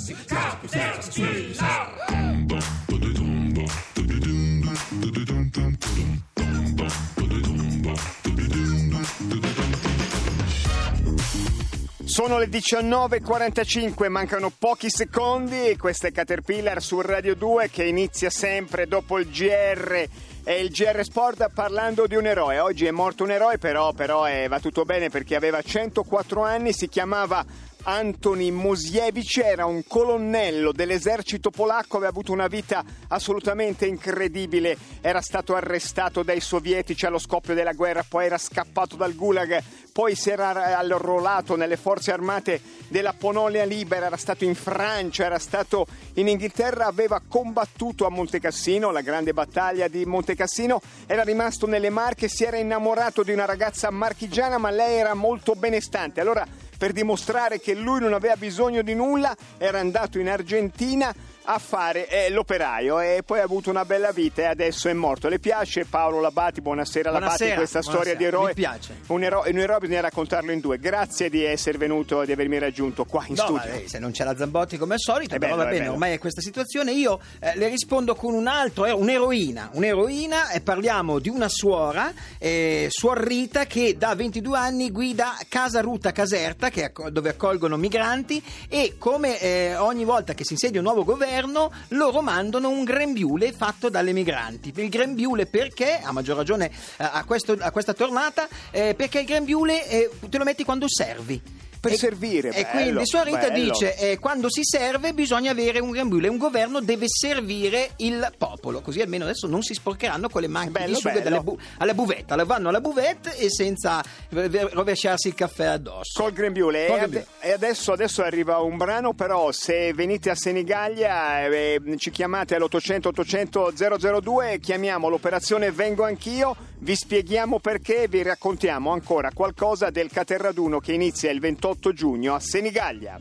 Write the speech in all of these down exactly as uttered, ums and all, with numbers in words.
Sono le diciannove e quarantacinque, mancano pochi secondi e questa è Caterpillar su Radio due che inizia sempre dopo il G R e il G R Sport parlando di un eroe. Oggi è morto un eroe, però, però eh, va tutto bene perché aveva centoquattro anni, si chiamava Antoni Mosiewicz, era un colonnello dell'esercito polacco, aveva avuto una vita assolutamente incredibile, era stato arrestato dai sovietici allo scoppio della guerra, poi era scappato dal Gulag, poi si era arruolato nelle forze armate della Polonia libera, era stato in Francia, era stato in Inghilterra, aveva combattuto a Montecassino, la grande battaglia di Montecassino, era rimasto nelle Marche, si era innamorato di una ragazza marchigiana, ma lei era molto benestante. Allora, per dimostrare che lui non aveva bisogno di nulla, era andato in Argentina a fare eh, l'operaio e poi ha avuto una bella vita e adesso è morto. Le piace Paolo Labati? Buonasera, buonasera Labati, questa buonasera. Storia di eroe. Mi piace. Un eroe, un eroe bisogna raccontarlo in due. Grazie di essere venuto, di avermi raggiunto qua in no, studio. Ma, eh, se non c'è la Zambotti come al solito, è però bello, va è bene, bello. ormai è questa situazione. Io eh, le rispondo con un altro, eh, un'eroina, un'eroina e parliamo di una suora, eh, Suor Rita, che da ventidue anni guida Casa Ruta Caserta, che è, dove accolgono migranti, e come eh, ogni volta che si insedia un nuovo governo loro mandano un grembiule fatto dalle migranti. Il grembiule perché, a maggior ragione eh, a, questo, a questa tornata, eh, perché il grembiule eh, te lo metti quando servi. Per e, servire, e bello, quindi Suor Rita bello. dice eh, quando si serve bisogna avere un grembiule, un governo deve servire il popolo, così almeno adesso non si sporcheranno con le macchine Bello, di sugo bello. dalle bu- alla buvetta, vanno alla buvette e senza rovesciarsi il caffè addosso Col grembiule. Col E, grembiule. ad- e adesso, adesso arriva un brano, però se venite a Senigallia eh, ci chiamate all'ottocento ottocento zero zero due, chiamiamo l'operazione Vengo Anch'io, vi spieghiamo perché, vi raccontiamo ancora qualcosa del Caterraduno che inizia il ventotto giugno a Senigallia.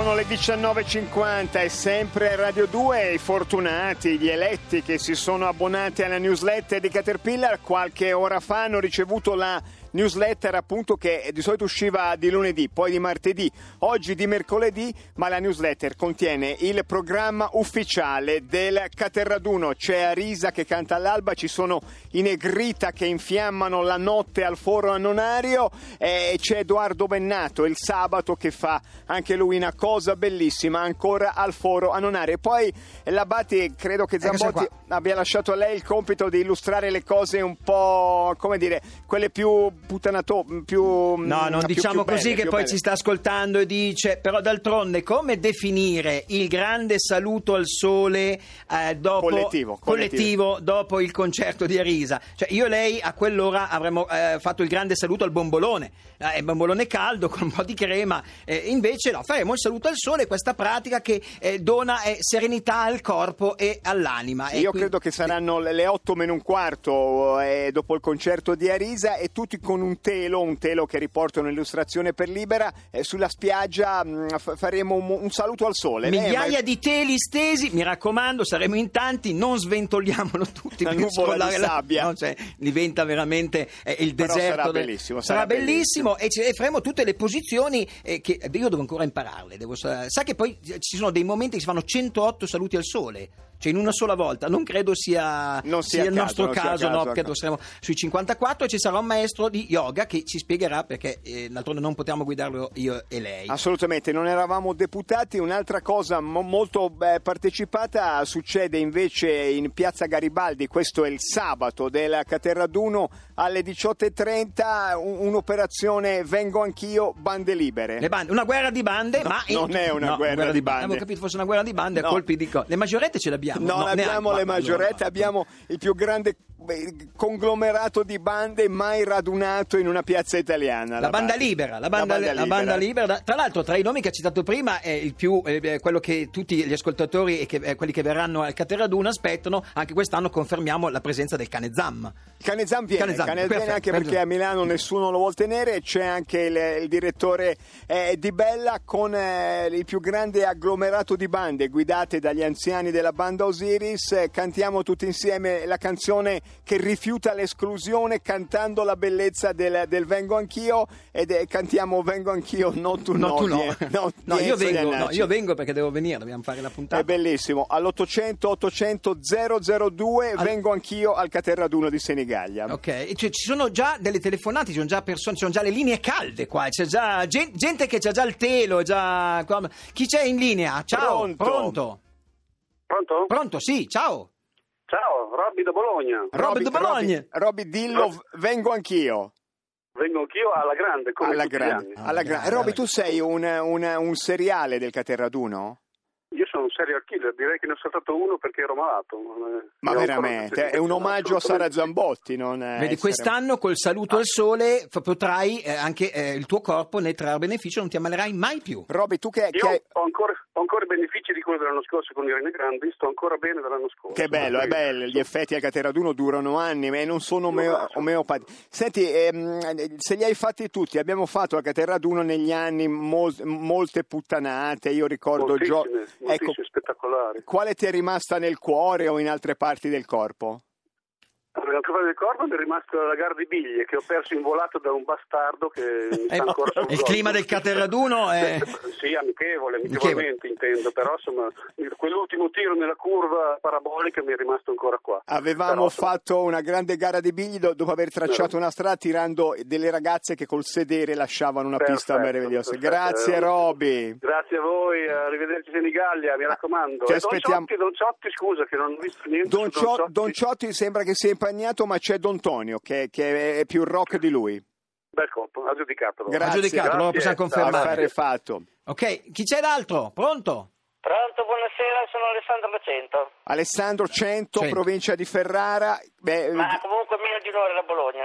Sono le diciannove e cinquanta e sempre Radio due, i fortunati, gli eletti che si sono abbonati alla newsletter di Caterpillar qualche ora fa hanno ricevuto la newsletter appunto che di solito usciva di lunedì, poi di martedì, oggi di mercoledì, ma la newsletter contiene il programma ufficiale del Caterraduno. C'è Arisa che canta all'alba, ci sono i Negrita che infiammano la notte al foro annonario e c'è Edoardo Bennato il sabato che fa anche lui una cosa bellissima ancora al foro annonario. E poi Labati, credo che Zambotti abbia lasciato a lei il compito di illustrare le cose un po', come dire, quelle più puttanato, più no, non più, diciamo più così belle, che poi belle. Ci sta ascoltando e dice, però d'altronde come definire il grande saluto al sole eh, dopo collettivo, collettivo. collettivo dopo il concerto di Arisa? Cioè io e lei a quell'ora avremmo eh, fatto il grande saluto al bombolone, eh, il bombolone caldo con un po' di crema, eh, invece no, faremo il saluto al sole, questa pratica che eh, dona eh, serenità al corpo e all'anima. Io e quindi... credo che saranno le otto meno un quarto eh, dopo il concerto di Arisa e tutti con un telo, un telo che riporta un'illustrazione per Libera, eh, sulla spiaggia mh, f- faremo un, un saluto al sole. Migliaia Lei, ma... di teli stesi, mi raccomando, saremo in tanti, non sventoliamolo tutti. La nuvola di sabbia. No, cioè, diventa veramente eh, il Però deserto. sarà del... bellissimo. Sarà, sarà bellissimo, bellissimo. E, ci, e faremo tutte le posizioni eh, che io devo ancora impararle. Devo, sa che poi ci sono dei momenti che si fanno centootto saluti al sole. Cioè in una sola volta, non credo sia, non sia, sia il caso, nostro caso, caso, caso, no, caso. perché saremo sui cinquantaquattro e ci sarà un maestro di yoga che ci spiegherà perché eh, d'altronde non potevamo guidarlo io e lei. Assolutamente, non eravamo deputati. Un'altra cosa mo- molto beh, partecipata succede invece in Piazza Garibaldi, questo è il sabato del Caterraduno alle diciotto e trenta, un- un'operazione Vengo Anch'io, bande libere. Le bande, una guerra di bande, No, ma in... non è una no, guerra di bande. Avevo capito fosse una guerra di bande a No. colpi di co- le maggiorette ce le abbiamo. Non no, abbiamo neanche, le ma- maggiorette, allora, abbiamo il più grande beh, conglomerato di bande mai radunato in una piazza italiana. La, la banda banda. libera, la banda, La banda la banda libera. libera. Tra l'altro, tra i nomi che ha citato prima, è il più eh, quello che tutti gli ascoltatori e che, eh, quelli che verranno al Caterraduno aspettano. Anche quest'anno confermiamo la presenza del cane Zam. Il cane Zam viene, Cane Zam, cane viene perfetto, anche perfetto. perché a Milano nessuno lo vuol tenere. C'è anche il, il direttore eh, Di Bella con eh, il più grande agglomerato di bande guidate dagli anziani della banda Osiris. Eh, cantiamo tutti insieme la canzone che rifiuta l'esclusione cantando la bellezza del, del Vengo Anch'io ed è, cantiamo Vengo Anch'io, no tu no, No, tu no. die- no, No, io Enzo vengo, no, Iannacci. io vengo perché devo venire, dobbiamo fare la puntata. È bellissimo, all'ottocento ottocento zero zero due Al- vengo anch'io al Caterraduno di Senigallia. Ok, e cioè, ci sono già delle telefonate, ci sono già persone, ci sono già le linee calde qua, c'è già gen- gente che c'ha già il telo, già... Chi c'è in linea? Ciao, Pronto. pronto? Pronto? Pronto, sì, ciao. Ciao, Robby da Bologna. Robby da Bologna. Robby, Robby, dillo, Robby. vengo anch'io. Vengo anch'io alla grande, come Alla tutti gli grande, anni. alla grande. Robby, tu sei un, un, un seriale del Caterraduno? Io sono un serial killer, direi che ne ho saltato uno perché ero malato. Ma Ne ho veramente, ancora- è un omaggio a Sara Assolutamente sì. Zambotti, non è Vedi, essere- quest'anno col saluto al sole f- potrai eh, anche eh, il tuo corpo ne trarre beneficio, non ti ammalerai mai più. Robby, tu che, Io che, hai- ho ancora, ho ancora i benefici di quello dell'anno scorso con Irene Grandi, sto ancora bene dall'anno scorso. che bello, è bello, gli effetti al Caterraduno durano anni e non sono omeo- omeopati. Senti, ehm, se li hai fatti tutti, abbiamo fatto al Caterraduno negli anni mol- molte puttanate, io ricordo Gio- Moltissime, ecco, moltissime spettacolari. quale ti è rimasta nel cuore o in altre parti del corpo? Nell'altra parte del corpo mi è rimasta la gara di biglie che ho perso in volato da un bastardo che mi sta Eh, ancora sul il collo. clima del Caterraduno è... Sì, amichevole, amichevolmente intendo, però insomma quell'ultimo tiro nella curva parabolica mi è rimasto ancora qua. Avevamo Però, insomma, fatto una grande gara di bigli do- dopo aver tracciato una strada tirando delle ragazze che col sedere lasciavano una pista perfetto, meravigliosa. perfetto. Grazie Robby. Grazie a voi, arrivederci Senigallia, mi raccomando. Ti E aspettiamo- Don Ciotti, Don Ciotti, scusa che non ho visto niente Don, su Cio- Ciotti. Don Ciotti sembra che sia impagnato, ma c'è Don Tonio che, che è più rock di lui. Bel colpo, ha giudicato. Grazie. Ha giudicato, lo possiamo Grazie. confermare. Affare fatto. Ok, chi c'è d'altro? Pronto? Pronto, buonasera, sono Alessandro Lacento. Alessandro cento, Cento. provincia di Ferrara. Beh, Ma comunque meno di un'ora da Bologna.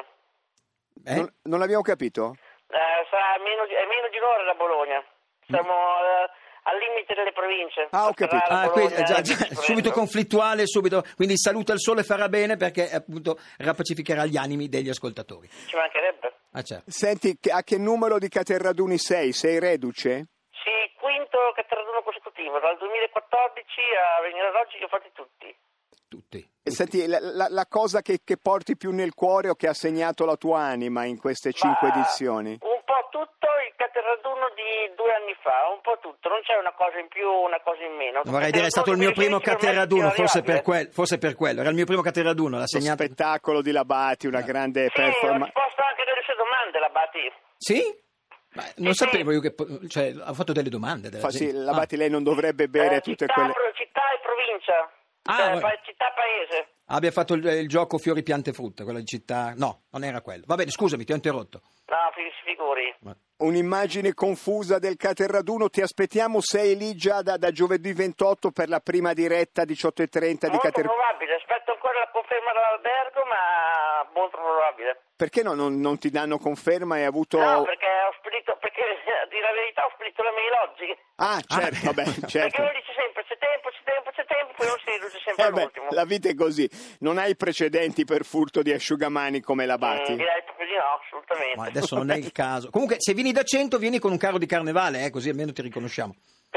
Eh? non, non l'abbiamo capito? Eh, sarà meno di, è meno di un'ora da Bologna. Siamo eh, al limite delle province. Ah, ho capito. Ferrara, Ah, quindi, Bologna, già, già, Trento. subito conflittuale, subito. Quindi il saluto al sole farà bene perché appunto rapacificherà gli animi degli ascoltatori. Ci mancherebbe. Ah, certo. Senti, che- a che numero di Caterraduni sei? Sei reduce? Sì, quinto Caterraduno consecutivo, dal duemilaquattordici a venire ad oggi li ho fatti tutti. Tutti. E senti, la, la, la cosa che, che porti più nel cuore o che ha segnato la tua anima in queste cinque Ma edizioni? Un po' tutto il Caterraduno di due anni fa, un po' tutto, non c'è una cosa in più, una cosa in meno. Non vorrei dire, è stato il mio primo Caterraduno, forse per, quel, forse per quello, era il mio primo Caterraduno, l'ha Lo segnato. spettacolo di Labati, una grande Sì, ho performance. risposto anche delle sue domande, Labati. Sì? Ma non Sì, sapevo sì. io che... Cioè, ha fatto delle domande. Della Fa, sì, gente. Labati, Ah. lei non dovrebbe bere Eh, tutte città, quelle... pro- città e provincia. Ah, Eh, va- pa- città paese. Abbia fatto il, il gioco fiori, piante, frutta, quello di città... No, non era quello. Va bene, scusami, ti ho interrotto. No, fi- si figuri. Un'immagine confusa del Caterraduno, ti aspettiamo, sei lì già da, da giovedì ventotto per la prima diretta diciotto e trenta di Molto Caterraduno. probabile, aspetto ancora la conferma dall'albergo, ma molto probabile. Perché no, non, non ti danno conferma? Hai avuto... No, perché ho spedito, perché a dire la verità ho spedito la mail oggi. Ah, certo, vabbè, certo. Perché uno dice sempre c'è tempo, c'è tempo, c'è tempo, poi non si riduce sempre Eh beh, all'ultimo. la vita è così, non hai precedenti per furto di asciugamani come Labati. Mm, direi proprio di no, assolutamente. Ma adesso non è il caso. Comunque, se vieni da cento, vieni con un carro di carnevale, eh, così almeno ti riconosciamo.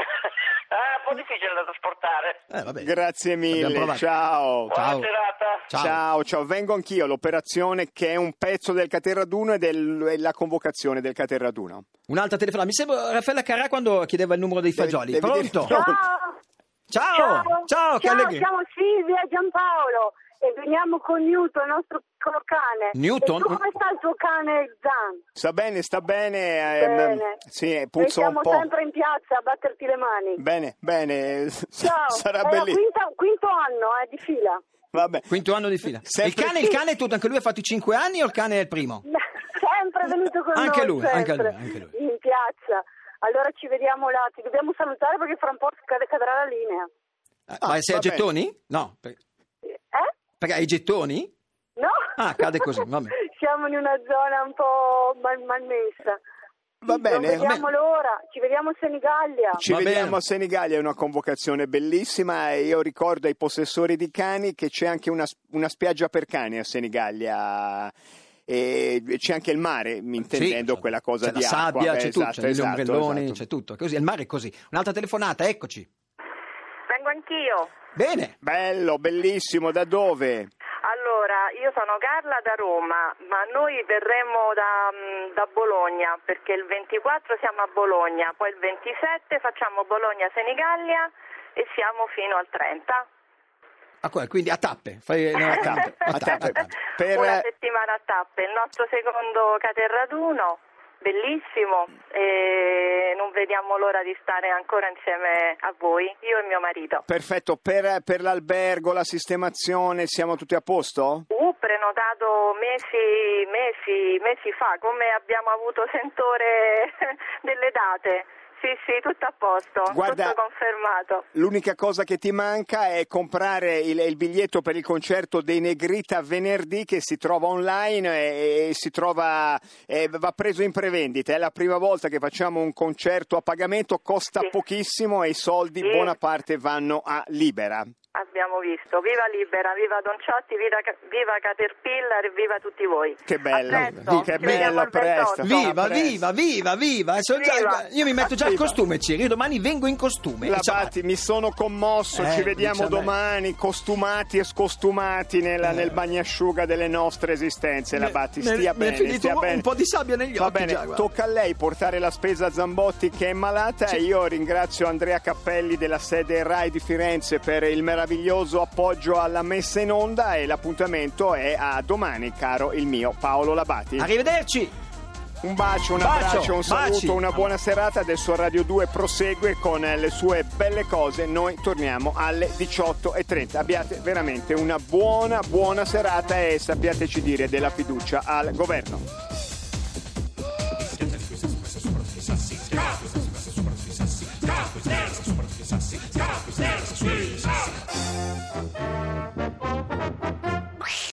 Ah, un po' difficile da trasportare. Eh, vabbè. Grazie Abbiamo mille, provato. ciao. Buona Ciao. serata. Ciao. Ciao, ciao, vengo anch'io all'operazione che è un pezzo del Caterraduno e della convocazione del Caterraduno. Un'altra telefonata. Mi sembra Raffaella Carrà quando chiedeva il numero dei fagioli. Devi- devi Pronto? dire- Ciao. Ciao, Ciao, che ciao, allegria. siamo Silvia e Giampaolo e veniamo con Newton, il nostro piccolo cane. Newton? E tu come sta il tuo cane Zan? Sta bene, sta bene. ehm, Bene. sì, E puzza un siamo po'. sempre in piazza a batterti le mani. Bene, bene. Ciao, Sarà è il bellissimo. quinto, quinto anno eh, di fila. Vabbè. Quinto anno di fila. Il Sempre- cane, il cane è tutto, anche lui ha fatto i cinque anni o il cane è il primo? Sempre venuto con Anche noi, lui, sempre, anche lui, anche lui. in piazza. Allora ci vediamo là, ti dobbiamo salutare perché fra un po' scade- cadrà la linea. Ah, ma sei a va bene. gettoni? No. per- Eh? Perché hai i gettoni? No? Ah, cade così, vabbè. Siamo in una zona un po' mal- malmessa. Va Non bene. vediamo l'ora, ci vediamo a Senigallia. Ci Va vediamo bene. a Senigallia, è una convocazione bellissima e io ricordo ai possessori di cani che c'è anche una, una spiaggia per cani a Senigallia e c'è anche il mare, intendendo Sì, quella cosa c'è di la acqua. sabbia, Beh, c'è tutto, esatto, c'è gli esatto, ombrelloni, esatto. c'è tutto. Così, il mare è così. Un'altra telefonata, eccoci. Vengo anch'io. Bene. Bello, bellissimo, da dove? Allora, io sono Carla da Roma, ma noi verremo da, mm, da Bologna, perché il ventiquattro siamo a Bologna, poi il ventisette facciamo Bologna-Senigallia e siamo fino al trenta. Ah, qua, quindi a tappe. Fai, no, a tappe. A tappe. Per- Una settimana a tappe, il nostro secondo Caterraduno, bellissimo, e non vediamo l'ora di stare ancora insieme a voi, io e mio marito. Perfetto, per, per l'albergo, la sistemazione, siamo tutti a posto? Uh, prenotato mesi, mesi, mesi fa, come abbiamo avuto sentore delle date. Sì, sì, tutto a posto, Guarda, tutto confermato. L'unica cosa che ti manca è comprare il, il biglietto per il concerto dei Negrita venerdì che si trova online e, e si trova e va preso in prevendita. È la prima volta che facciamo un concerto a pagamento, costa Sì. pochissimo e i soldi Sì. buona parte vanno a Libera. Abbiamo visto, viva Libera, viva Don Ciotti, viva, viva Caterpillar e viva tutti voi. Che bello, A presto, che ci vediamo bello, al presto. ventotto. Viva, A presto. viva, viva, viva. Adesso già- Viva. io mi metto già il Viva. costume, Ciri. Io domani vengo in costume. Labati, mi sono commosso, Eh, ci vediamo dice a me. domani costumati e scostumati nella- nel bagnasciuga delle nostre esistenze. Labati, Mi è- stia mi è bene, finito stia un- bene. un po' di sabbia negli Va occhi bene, già, guarda. tocca a lei portare la spesa a Zambotti che è malata e io ringrazio Andrea Cappelli della sede Rai di Firenze per il meraviglioso appoggio alla messa in onda e l'appuntamento è a domani, caro il mio Paolo Labati. Arrivederci. Un bacio, un Bacio, abbraccio, un saluto, baci. una buona serata. Adesso Radio due prosegue con le sue belle cose. Noi torniamo alle diciotto e trenta. Abbiate veramente una buona, buona serata e sappiateci dire della fiducia al governo. Sweet.